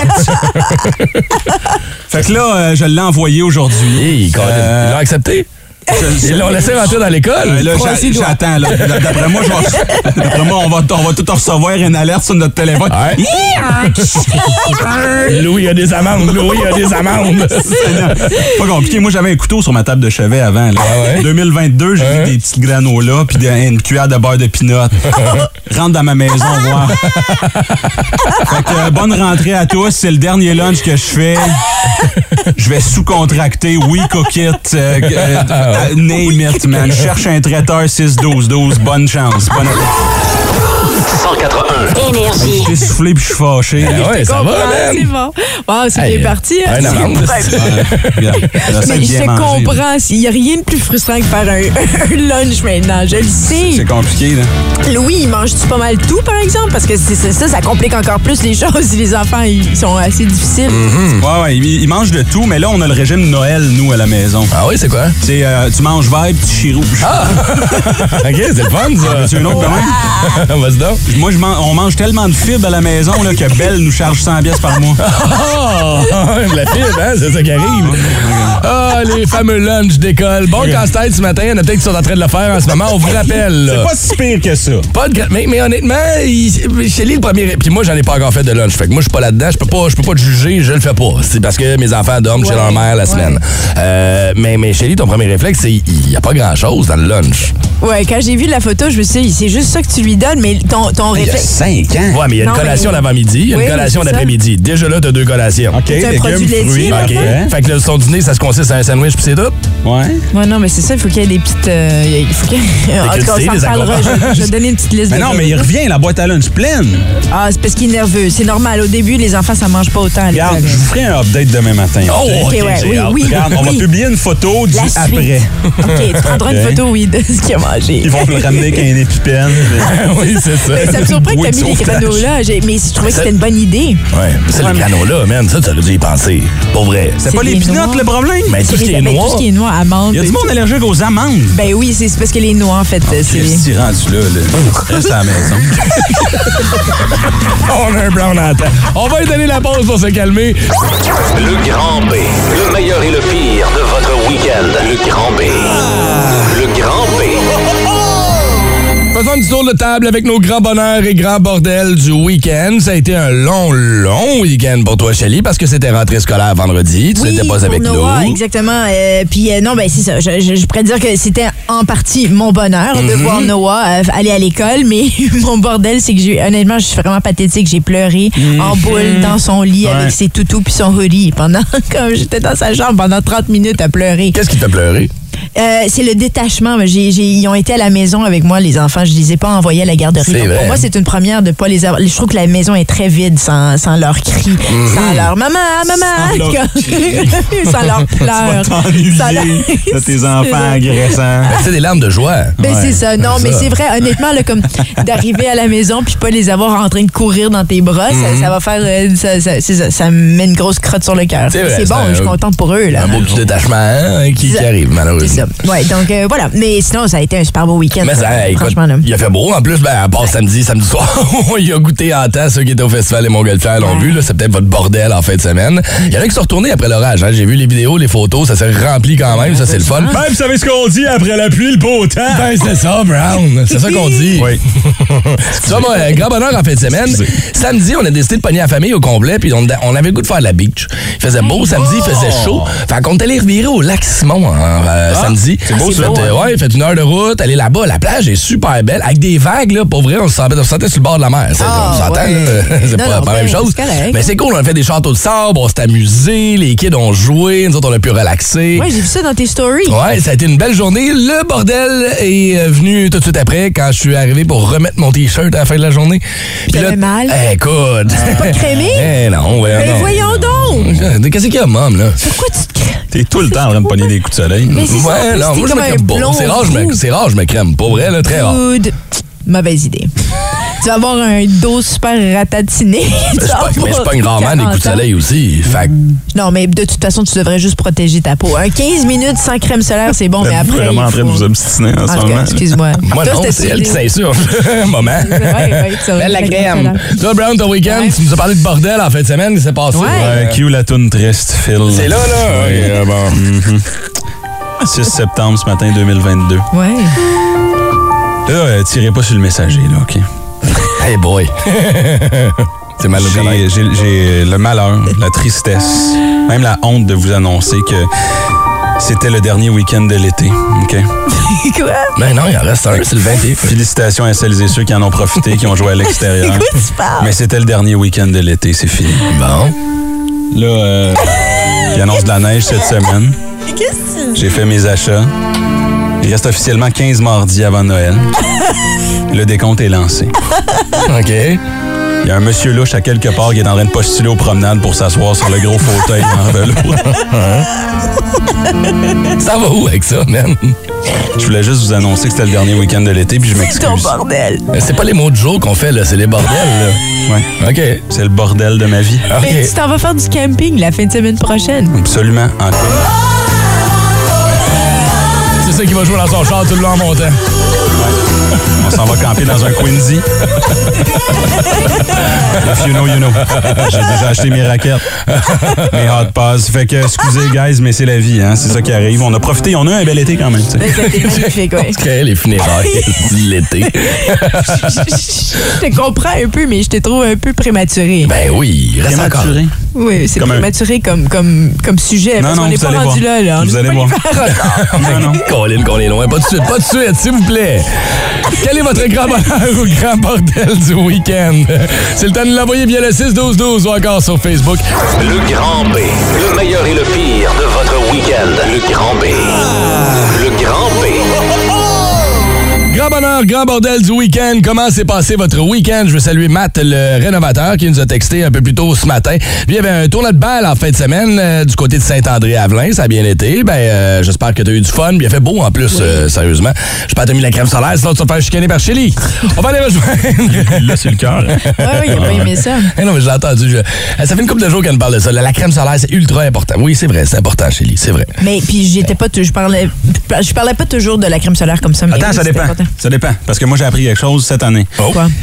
Fait que là, je l'ai envoyé aujourd'hui. Hey, Colin, ils l'ont accepté? Ils l'ont laissé rentrer dans l'école? Là, j'attends. Là. D'après moi, on va tout recevoir une alerte sur notre téléphone. Louis a des amendes, C'est pas compliqué. Moi, j'avais un couteau sur ma table de chevet avant. Là. Ah ouais? 2022, j'ai eu des petites granolas puis une cuillère de beurre de pinot. Rentre dans ma maison, voir. Fait que bonne rentrée à tous. C'est le dernier lunch que je fais. Je vais sous-contracter. Oui, coquette. Name it, man. Cherche un traiteur 6-12-12. Bonne chance. Bonne appétit. 181. Énergie. J'ai soufflé puis je suis fâché. Ouais, ça va, C'est man. bon. Wow, c'est Hey, bien parti. Hein? un amende. Regarde, j'essaie Mais de je bien te manger. comprends. Il n'y a rien de plus frustrant que faire un lunch maintenant. Je le sais. C'est compliqué, là. Louis, il mange-tu pas mal tout, par exemple? Parce que ça complique encore plus les choses si les enfants ils sont assez difficiles. Ouais, il mange de tout, mais là, on a le régime Noël, nous, à la maison. Ah oui, c'est quoi? C'est, tu manges vert, petit chirou. Ah! OK, c'est le fun, ça. Tu veux une autre demain? Vas-y donc. Moi, on mange tellement de fibres à la maison là, que Belle nous charge 100 pièces par mois. Oh! La fibre, hein? C'est ça qui arrive. Ah, les fameux lunchs d'école. Bon casse-tête ce matin. Il y en a peut-être qui sont en train de le faire en ce moment. On vous rappelle. là. C'est pas si pire que ça. Pas de... mais honnêtement, chez lui, le premier... Puis moi, j'en ai pas encore fait de lunch. Fait que moi, je suis pas là-dedans. Je peux pas te juger. Je le fais pas. C'est parce que mes enfants dorment chez leur mère la semaine. Mais chez lui, ton premier réflexe, c'est il y a pas grand-chose dans le lunch. Ouais, quand j'ai vu la photo, je me suis dit, c'est juste ça que tu lui donnes, mais ton ton Il y a réflexe. 5 ans. Ouais, mais il y a une Non, collation mais- d'avant-midi, il y a Oui, une collation c'est ça. d'après-midi. Déjà là, t'as 2 collations. OK, C'est un produit légumes, laitier, fruits. là? OK. Hein? Fait que son dîner, ça se consiste à un sandwich puis c'est tout. Ouais. Ouais, non, mais c'est ça, il faut qu'il y ait des petites. Il faut qu'il y ait. En tout cas, on crudités, s'en des reparlera. accompagnements. Je vais donner une petite liste Mais de non, choses. mais il revient, la boîte à lunch pleine. Ah, c'est parce qu'il est nerveux. C'est normal. Au début, les enfants, ça mange pas autant à l'école. Regarde, je vous ferai un update demain matin. Oh, OK, OK, ouais, j'ai oui, hâte. oui. Regarde, on va oui. publier une photo du La suite. après. OK, tu prendras une OK. photo, oui, de ce qu'il a mangé. Ils vont le ramener avec un épipène. Oui, c'est ça. Mais ça me surprend que Bouée t'as de mis les sauvetage. granolas. Mais je trouvais que c'était une bonne idée. Ouais, mais c'est les canaux-là, man. Ça, t'aurais dû y penser. Pour vrai. C'est pas des les peanuts noix. le problème? Mais tout ce qui est Ben, noir. tout ce qui est noix, amandes. Il y a du monde allergique aux amandes. Ben oui, c'est parce que les noix, en fait, c'est. Christy, rendu là. Reste à la maison. On a un brown en temps. On va lui donner la pause pour se calmer. Le Grand B. Le meilleur et le pire de votre week-end. Le Grand B. Le Grand B. Faisons du tour de table avec nos grands bonheurs et grands bordels du week-end. Ça a été un long week-end pour toi, Shelly, parce que c'était rentrée scolaire vendredi. Tu n'étais pas pour avec Noah, nous. exactement. Puis non, ben c'est ça. Je pourrais dire que c'était en partie mon bonheur de voir Noah aller à l'école, mais mon bordel, c'est que honnêtement, je suis vraiment pathétique. J'ai pleuré en boule dans son lit avec ses toutous puis son hoodie pendant, comme j'étais dans sa chambre pendant 30 minutes à pleurer. Qu'est-ce qui t'a pleuré? C'est le détachement. Ils ont été à la maison avec moi, les enfants. Je les ai pas envoyés à la garderie. C'est Donc, vrai. pour moi, c'est une première de pas les avoir. Je trouve que la maison est très vide sans leurs cris, sans leur maman, sans leurs pleurs. sans leur- de tes enfants agressants. C'est des larmes de joie. Ben, Ouais, c'est ça. Non, c'est mais ça. c'est vrai, honnêtement, là, comme d'arriver à la maison puis pas les avoir en train de courir dans tes bras, ça va faire. Ça me met une grosse crotte sur le cœur. C'est vrai, C'est bon, c'est je suis contente pour eux. Là. Un beau petit détachement hein, qui C'est ça. arrive, C'est malheureusement. ça. Ouais, donc voilà. Mais sinon, ça a été un super beau week-end. Mais ça, écoute, franchement, là. il a fait beau. En plus, à part samedi soir, il a goûté en temps. Ceux qui étaient au festival des Montgolfières l'ont vu. Là, c'est peut-être votre bordel en fin de semaine. Il y en a qui sont retournés après l'orage. Hein. J'ai vu les vidéos, les photos. Ça s'est rempli quand même. Ça, c'est le fun. Ben, vous savez ce qu'on dit après la pluie, le beau temps? Ben, c'est ça, Brown. C'est ça qu'on dit. Oui. Ça, moi, grand bonheur en fin de semaine. Samedi, on a décidé de pogner la famille au complet, puis on avait le goût de faire la beach. Il faisait beau samedi, il faisait chaud. Fait qu'on est allé revirer au lac Simon samedi. C'est beau, ça. Ouais, fait 1 heure de route, aller là-bas. La plage est super belle, avec des vagues, là. Pour vrai, on se sentait sur le bord de la mer. On s'entend, ouais. là. C'est Non, pas non, la même ben, chose. c'est correct. Mais c'est cool, on a fait des châteaux de sable, on s'est amusé, les kids ont joué, nous autres, on a pu relaxer. Ouais, j'ai vu ça dans tes stories. Ouais, ça a été une belle journée. Le bordel est venu tout de suite après quand je suis arrivé pour remettre mon T-shirt à la fin de la journée. Puis t'avais mal? Écoute. C'était pas crémé? Non, ouais, Mais non. voyons donc! Qu'est-ce qu'il y a, mom, là? Pourquoi tu te crèmes? T'es tout le temps en train de pogner des coups de soleil. Mais c'est ça, en Ouais, plus, non, t'es moi, je comme me un crème pas. blond C'est rare, roux. je me crème. Pour vrai, là, très rare. Good. Mauvaise idée. Tu vas avoir un dos super ratatiné. Mais je pogne rarement des coups de soleil aussi. Fait que Non, mais de toute façon, tu devrais juste protéger ta peau. Un 15 minutes sans crème solaire, c'est bon, mais Vous êtes après. vraiment en il train de faut- vous obstiner en En ce tout cas, moment. excuse-moi. moi, Toi, non, c'était c'est elle qui stylé. s'insurge. Un moment. Ouais, c'est vrai, Belle la crème. solaire. Toi, Brown, ton week-end, Ouais. tu nous as parlé de bordel en fin de semaine. Qu'est-ce qui s'est passé? Ouais. Cue la toune triste, Phil. C'est là, là. Oui. Ok, bon. 6 septembre ce matin 2022. Ouais. Là, tirez pas sur le messager, là, OK? Hey boy. C'est mal au connaître. J'ai le malheur, la tristesse, même la honte de vous annoncer que c'était le dernier week-end de l'été, OK? Quoi? Ben non, il en reste un, c'est le 21. Félicitations à celles et ceux qui en ont profité, qui ont joué à l'extérieur. Écoute, tu parles. Mais c'était le dernier week-end de l'été, c'est fini. Bon. Là, il annonce de la neige cette semaine. Qu'est-ce que J'ai fait mes achats. Il reste officiellement 15 mardis avant Noël. Le décompte est lancé. OK. Il y a un monsieur louche à quelque part qui est en train de postuler aux promenades pour s'asseoir sur le gros fauteuil en velours. Ça va où avec ça, man? Je voulais juste vous annoncer que c'était le dernier week-end de l'été, puis je ton m'excuse. bordel? C'est pas les mots de jour qu'on fait, là. C'est les bordels, là. Ouais. OK. C'est le bordel de ma vie. Mais OK. tu t'en vas faire du camping la fin de semaine prochaine. Absolument. C'est ça qui va jouer dans son char tout le long en montant. On s'en va camper dans un Quincy. If you know, you know. J'ai déjà acheté mes raquettes, mes hot paws. Fait que, excusez, guys, mais c'est la vie, hein. C'est ça qui arrive. On a profité. On a eu un bel été quand même, tu sais. C'était magnifique, ouais. OK, les funérailles de l'été. Je te comprends un peu, mais je te trouve un peu prématuré. Ben oui, reste encore. Prématuré. Oui, c'est prématuré comme sujet. Non, on n'est pas rendu là. Vous allez voir. Non. Colin, qu'on est loin. Pas de suite, s'il vous plaît. Quel est votre grand bonheur ou grand bordel du week-end? C'est le temps de l'envoyer via le 6-12-12 ou encore sur Facebook. Le Grand B. Le meilleur et le pire de votre week-end. Le Grand B. Le Grand B. Grand bonheur, grand bordel du week-end. Comment s'est passé votre week-end? Je veux saluer Matt, le rénovateur, qui nous a texté un peu plus tôt ce matin. Lui, il y avait un tournoi de balle en fin de semaine du côté de Saint-André-Avelin. Ça a bien été. J'espère que tu as eu du fun. Il a fait beau en plus, sérieusement. J'espère que tu as mis la crème solaire, sinon tu vas te faire chicaner par Shelly. On va aller rejoindre. Là, c'est le cœur. Oui, il a pas aimé ça. Non, mais j'ai entendu. Ça fait une couple de jours qu'elle me parle de ça. La crème solaire, c'est ultra important. Oui, c'est vrai, c'est important, Shelly, c'est vrai. Mais puis, je parlais pas toujours de la crème solaire comme ça. Mais attends, ça dépend. Ça dépend. Parce que moi, j'ai appris quelque chose cette année. Oh. Quoi?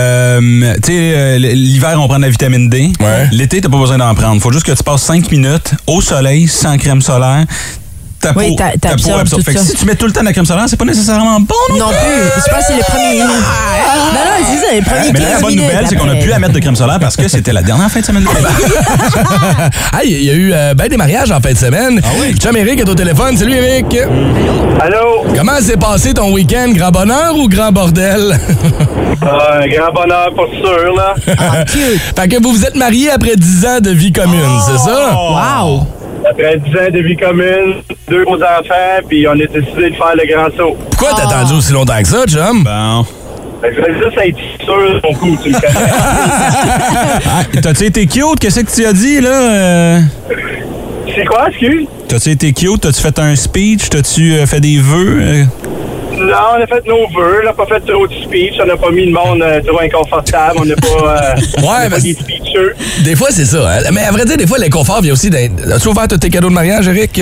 L'hiver, on prend de la vitamine D. Ouais. L'été, t'as pas besoin d'en prendre. Faut juste que tu passes 5 minutes au soleil, sans crème solaire. Ta peau absorbe. Fait que si tu mets tout le temps de la crème solaire, c'est pas nécessairement bon, non plus. Je pense que c'est le premier. Non, c'est ça, le premier. Mais là, la bonne nouvelle, c'est qu'on a pu la mettre de crème solaire parce que c'était la dernière fin de semaine de l'hiver. Il y a eu des mariages en fin de semaine. Ah oui? Chum Eric est au téléphone. Salut, Eric. Allô? Comment s'est passé ton week-end? Grand bonheur ou grand bordel? Un grand bonheur pour sûr, là. Cute. Fait que vous vous êtes mariés après 10 ans de vie commune, c'est ça? Wow. Après 10 ans de vie commune, 2 gros enfants, puis on a décidé de faire le grand saut. Pourquoi t'as attendu aussi longtemps que ça, chum? Bon. Fait que je vais juste être sûr de ton coup, tu me connais. T'as-tu été cute? Qu'est-ce que tu as dit, là? C'est quoi, excuse? T'as-tu été cute? T'as-tu fait un speech? T'as-tu fait des vœux? Non, on a fait nos vœux, on n'a pas fait trop de speech, on n'a pas mis le monde trop inconfortable, on n'a pas, des speecheux. Des fois, c'est ça. Hein? Mais à vrai dire, des fois, l'inconfort vient aussi d'être... As-tu ouvert tous tes cadeaux de mariage, Eric?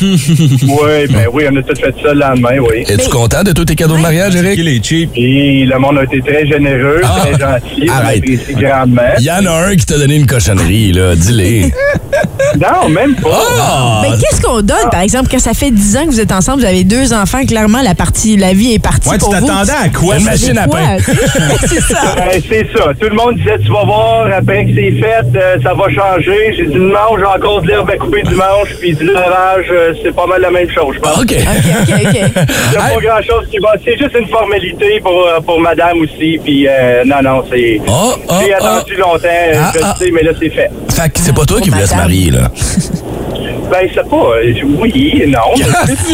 Oui, on a tout fait ça le lendemain, oui. Es-tu content de tous tes cadeaux de mariage, Eric? Il est cheap. Et le monde a été très généreux, très gentil, on apprécie grandement. Il y en a un qui t'a donné une cochonnerie, là, dis-le. Non, même pas. Mais qu'est-ce qu'on donne, par exemple, quand ça fait 10 ans que vous êtes ensemble, vous avez 2 enfants, clairement, la vie est partie pour vous. Ouais, tu t'attendais à quoi? Une machine à pain. C'est ça. C'est ça. Tout le monde disait, tu vas voir, après que c'est fait, ça va changer. J'ai dit, non, j'ai encore de l'herbe à couper dimanche, puis du lavage, c'est pas mal la même chose, je pense. OK. OK. Il n'y a pas grand-chose qui va. C'est juste une formalité pour madame aussi, puis non, c'est... J'ai attendu longtemps, je le sais, mais là, c'est fait. Fait que c'est pas toi qui voulais se marier, là. Ben, c'est pas... oui, non.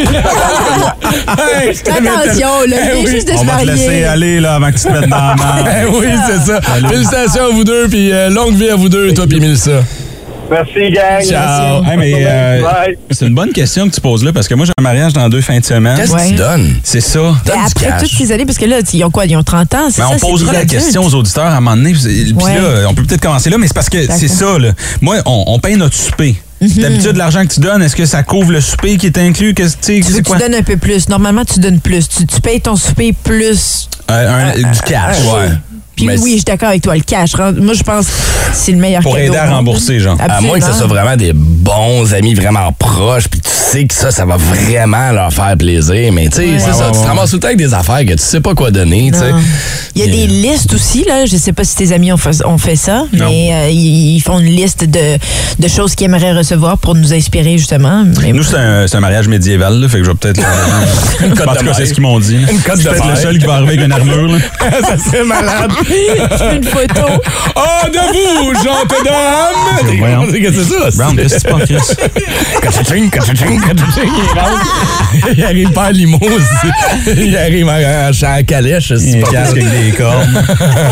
Attention, là, il vient juste de se marier. On va te laisser aller, là, avant que tu te mettes dans la main. Oui, c'est ça. Félicitations à vous deux, puis longue vie à vous deux, toi puis Mélissa. Merci, gang. Ciao. Hey, mais c'est une bonne question que tu poses là, parce que moi, j'ai un mariage dans 2 fins de semaine. Qu'est-ce que tu donnes? C'est ça. Et après toutes ces années, parce que là, ils ont quoi? Ils ont 30 ans, c'est mais ça? on posera la question aux auditeurs à un moment donné. Puis là, on peut peut-être commencer là, mais c'est parce que c'est ça, là. Moi, on paye notre souper. D'habitude, l'argent que tu donnes, est-ce que ça couvre le souper qui est inclus? Tu donnes un peu plus. Normalement, tu donnes plus. Tu payes ton souper plus... du cash. Ouais. Puis oui, je suis d'accord avec toi, le cash. Moi, je pense que c'est le meilleur cadeau. Pour aider à rembourser, genre. À moins que ce soit vraiment des bons amis vraiment proches, puis tu sais que ça va vraiment leur faire plaisir. Mais tu sais, c'est ça, tu te ramasses tout le temps avec des affaires que tu sais pas quoi donner, tu sais. Il y a des listes aussi, là. Je sais pas si tes amis ont fait ça, mais ils font une liste de choses qu'ils aimeraient recevoir pour nous inspirer, justement. Mais nous, c'est un mariage médiéval, là, fait que je vais peut-être... En tout cas, c'est ce qu'ils m'ont dit. Une cote de peut-être le seul qui va arriver avec une armure, là. Ça serait malade. Une photo. Oh, de vous, gentes dames! Qu'est-ce que c'est ça? Brown, qu'est-ce que tu penses, Chris? Ka-cha-ching. Il arrive pas à Limoux. Il arrive en chant à calèche. Il casque avec des cornes.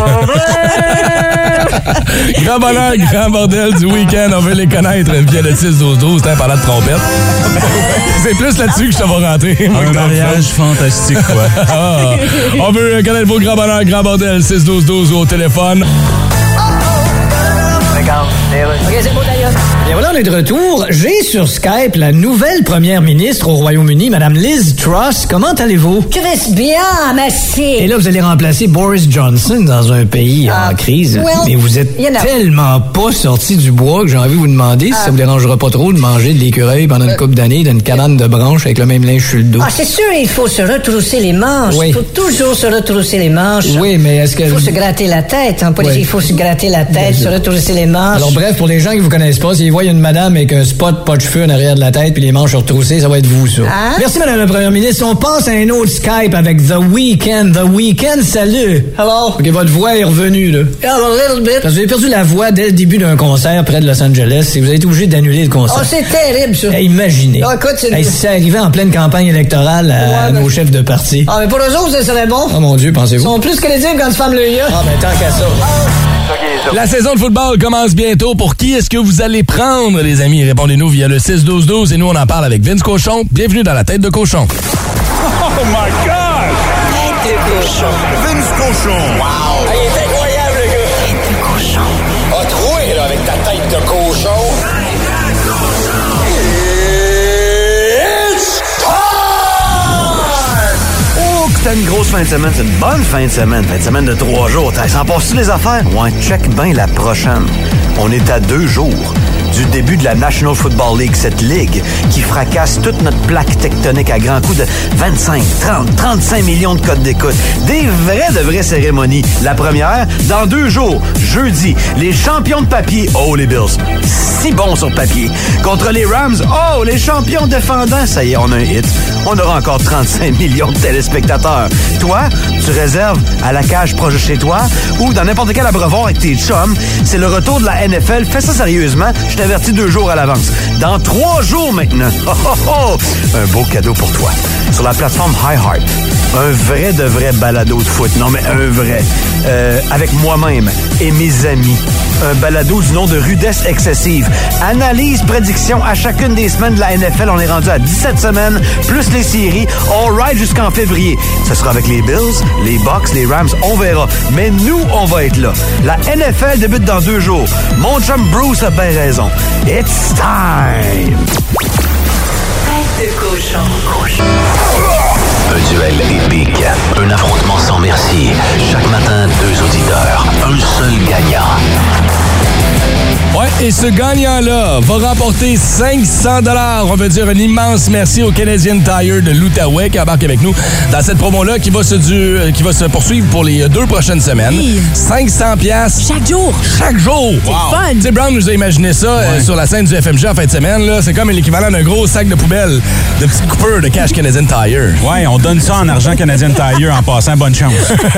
Grand bonheur, grand bordel du week-end. On veut les connaître via le 6-12-12, parlant de trompette. C'est plus là-dessus que je te vais rentrer. Un mariage fantastique, quoi. On veut connaître vos grands bonheurs, grand bordel, 6-12-12 ou au téléphone. Et voilà, on est de retour. J'ai sur Skype la nouvelle première ministre au Royaume-Uni, Madame Liz Truss. Comment allez-vous? Très bien, merci. Et là, vous allez remplacer Boris Johnson dans un pays en crise. Mais vous êtes tellement pas sorti du bois que j'ai envie de vous demander si ça vous dérangera pas trop de manger de l'écureuil pendant une couple d'années d'une cabane de branches avec le même linge sur le dos. Ah, c'est sûr, il faut se retrousser les manches. Oui. Il faut toujours se retrousser les manches. Oui, mais est-ce que... Il faut se gratter la tête. En politique, il faut se gratter la tête, se retrousser les manches. Alors, bref, pour les gens qui vous connaissent pas, s'ils voient une madame avec un spot pas de cheveux en arrière de la tête puis les manches retroussées, ça va être vous, ça. Hein? Merci, madame la première ministre. On passe à un autre Skype avec The Weeknd. The Weeknd, salut. Hello. OK, votre voix est revenue, là. Yeah, a little bit. Parce que vous avez perdu la voix dès le début d'un concert près de Los Angeles et vous avez été obligé d'annuler le concert. Oh, c'est terrible, ça. Hey, imaginez. Oh, écoute, si ça arrivait en pleine campagne électorale à nos chefs de parti. Ah, mais pour eux autres, ça serait bon. Oh mon Dieu, pensez-vous? Ils sont plus crédibles quand tu fermes le yeux. Ah, ben tant qu'à ça. La saison de football commence bientôt. Pour qui est-ce que vous allez prendre, les amis? Répondez-nous via le 6-12-12 et nous, on en parle avec Vince Cochon. Bienvenue dans la tête de cochon. Oh my God! Tête de cochon. Vince Cochon. Wow! Il est incroyable, le gars! Tête de cochon. A troué, là, avec ta tête de cochon. It's time! Oh, que c'était une grosse fin de semaine. C'est une bonne fin de semaine. Fin de semaine de 3 jours. T'as s'en passe-tu les affaires? Ouais, check bien la prochaine. On est à 2 jours du début de la National Football League, cette ligue qui fracasse toute notre plaque tectonique à grands coups de 25, 30, 35 millions de codes d'écoute. Des vraies cérémonies. La première, dans 2 jours, jeudi, les champions de papier, oh les Bills, si bons sur papier, contre les Rams, oh les champions défendants, ça y est, on a un hit. On aura encore 35 millions de téléspectateurs. Toi, tu réserves à la cage proche de chez toi ou dans n'importe quel abreuvoir avec tes chums. C'est le retour de la NFL. Fais ça sérieusement. Je t'avertis 2 jours à l'avance. Dans 3 jours maintenant. Oh, oh, oh. Un beau cadeau pour toi. Sur la plateforme iHeart. Un vrai de vrai balado de foot. Non, mais un vrai. Avec moi-même et mes amis. Un balado du nom de Rudesse excessive. Analyse, prédiction à chacune des semaines de la NFL. On est rendu à 17 semaines, plus les séries. All right jusqu'en février. Ce sera avec les Bills, les Bucks, les Rams. On verra. Mais nous, on va être là. La NFL débute dans 2 jours. Mon chum Bruce a bien raison. It's time! Tête de cochon. Un duel épique, un affrontement sans merci. Chaque matin, 2 auditeurs, un seul gagnant. Ouais, et ce gagnant-là va remporter 500 $. On veut dire un immense merci au Canadian Tire de l'Outaouais qui embarque avec nous dans cette promo-là qui va se poursuivre pour les 2 prochaines semaines. Oui. 500 $. Chaque jour. Chaque jour. C'est fun. Tu sais, Brown nous a imaginé ça sur la scène du FMG en fin de semaine. Là. C'est comme l'équivalent d'un gros sac de poubelle de petites coupures de cash Canadian Tire. Ouais, on donne ça en argent Canadian Tire en passant. Bonne chance.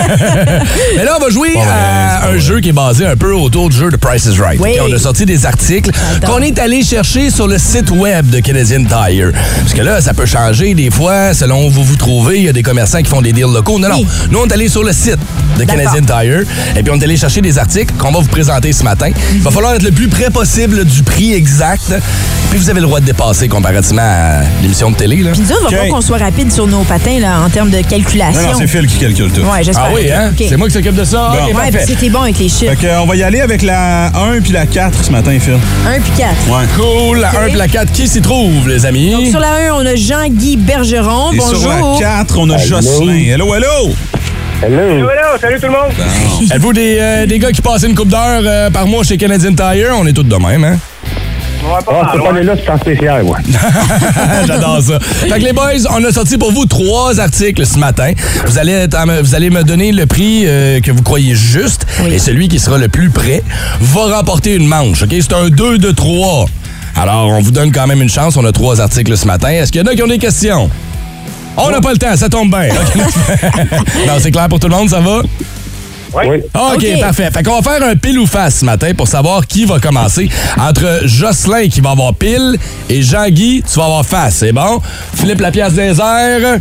Mais là, on va jouer à un jeu qui est basé un peu autour du jeu de Price is Right. Oui. Okay, on a sorti des articles qu'on est allé chercher sur le site web de Canadian Tire. Parce que là, ça peut changer des fois selon où vous vous trouvez. Il y a des commerçants qui font des deals locaux. Non, non. Nous, on est allé sur le site de Canadian Tire et puis on est allé chercher des articles qu'on va vous présenter ce matin. Il va falloir être le plus près possible du prix exact. Puis vous avez le droit de dépasser comparativement à l'émission de télé. Là. Puis nous autres, il va falloir qu'on soit rapide sur nos patins là, en termes de calculation. Non, c'est Phil qui calcule tout. Ouais, j'espère. Ah oui, hein? Okay. C'est moi qui s'occupe de ça. Bon. Okay, ouais, parce que t'es bon avec les chiffres. Fait qu'on va y aller avec la 1 puis la 4 ce matin, Phil. 1 puis 4. Ouais. Cool. La 1 puis la 4, qui s'y trouve, les amis? Donc, sur la 1, on a Jean-Guy Bergeron. Et bonjour. sur la 4, on a Jocelyn. Hello, hello! Hello, salut tout le monde! Êtes-vous des gars qui passent une couple d'heures par mois chez Canadian Tire? On est tous de même, hein? Cette année-là, c'est en spécial, ouais. J'adore ça. Fait que les boys, on a sorti pour vous 3 articles ce matin. Vous allez me donner le prix que vous croyez juste. Oui. Et celui qui sera le plus près va remporter une manche. OK? C'est un 2 de 3. Alors, on vous donne quand même une chance. On a 3 articles ce matin. Est-ce qu'il y en a qui ont des questions? On n'a pas le temps, ça tombe bien. Non, c'est clair pour tout le monde, ça va? Oui. OK, parfait. Fait qu'on va faire un pile ou face ce matin pour savoir qui va commencer. Entre Jocelyn qui va avoir pile et Jean-Guy, tu vas avoir face. C'est bon? Philippe la pièce des airs.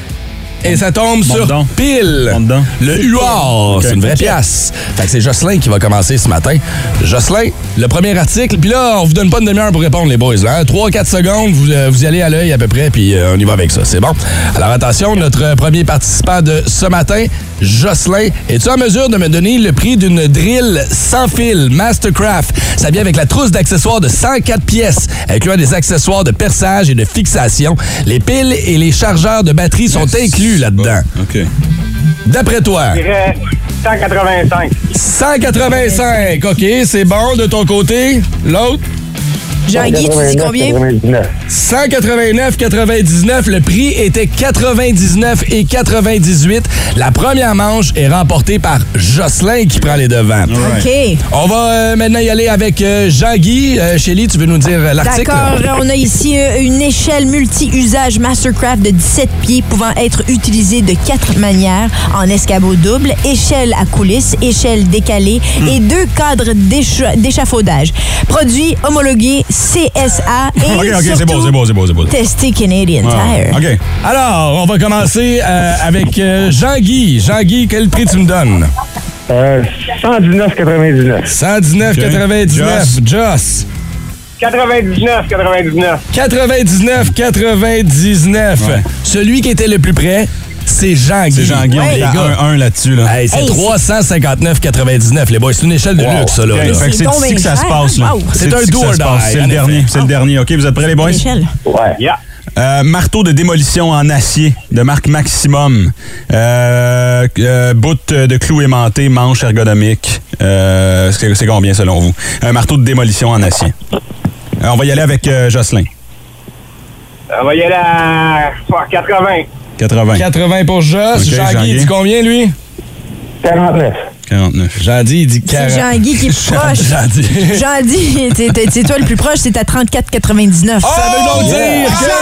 Et ça tombe sur pile. Le huard. Okay. C'est une vraie pièce. Fait que c'est Jocelyn qui va commencer ce matin. Jocelyn, le premier article. Puis là, on vous donne pas une demi-heure pour répondre, les boys. Hein? 3-4 secondes, vous y allez à l'œil à peu près, puis on y va avec ça. C'est bon? Alors attention, notre premier participant de ce matin, Jocelyn, es-tu en mesure de me donner le prix d'une drill sans fil Mastercraft? Ça vient avec la trousse d'accessoires de 104 pièces, incluant des accessoires de perçage et de fixation. Les piles et les chargeurs de batterie sont inclus là-dedans. OK. D'après toi? Je dirais 185. 185, OK, c'est bon. De ton côté, l'autre? Jean-Guy, tu dis combien? 189,99. Le prix était 99,98. La première manche est remportée par Jocelyn qui prend les devants. OK. On va maintenant y aller avec Jean-Guy. Shelly, tu veux nous dire l'article? D'accord. On a ici une échelle multi-usage Mastercraft de 17 pieds pouvant être utilisée de 4 manières en escabeau double, échelle à coulisses, échelle décalée et 2 cadres d'échafaudage. Produit homologué CSA et surtout c'est beau. testé Canadian Tire. OK. Alors, on va commencer avec Jean-Guy. Jean-Guy, quel prix tu me donnes? 119,99. 119,99. Joss. 99,99. 99,99. Ouais. Celui qui était le plus près, c'est Jean-Guy. C'est Jean-Guy, on est à 1 là-dessus. Là. Hey, c'est 359,99. Les boys, c'est une échelle de luxe, ça. Là. Okay. Fait que c'est ici que ça se passe. Là. Wow. C'est un do or die. C'est le dernier. C'est le dernier. OK, vous êtes prêts, les boys? Ouais. Yeah. Marteau de démolition en acier de marque Maximum. Bout de clous aimantés, manche ergonomique. C'est combien selon vous? Un marteau de démolition en acier. On va y aller avec Jocelyn. On va y aller à 80. 80 pour Joss. Okay, Jean-Guy, il dit combien, lui? 49. 49. Jean-Guy, il dit 40. C'est Jean-Guy qui est plus proche. Jean-Guy, c'est toi le plus proche, c'est à 34,99. Ça veut donc dire que...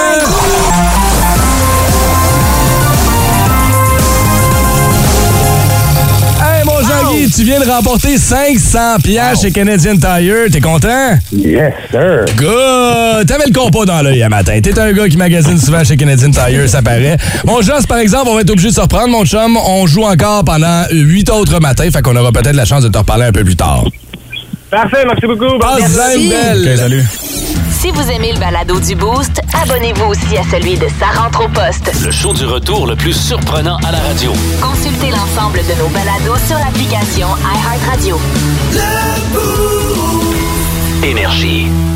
Hey, mon Jean-Guy, tu viens de remporter 500 piastres chez Canadian Tire. T'es content? Yes, sir. Good! T'avais le compas dans l'œil un matin. T'es un gars qui magasine souvent chez Canadian Tire, ça paraît. Mon Joss, par exemple, on va être obligé de se reprendre, mon chum. On joue encore pendant 8 autres matins, fait qu'on aura peut-être la chance de te reparler un peu plus tard. Parfait, merci beaucoup. Passe-en belle! OK, salut. Si vous aimez le balado du Boost, abonnez-vous aussi à celui de Sa rentre au poste. Le show du retour le plus surprenant à la radio. Consultez l'ensemble de nos balados sur l'application iHeartRadio. Énergie.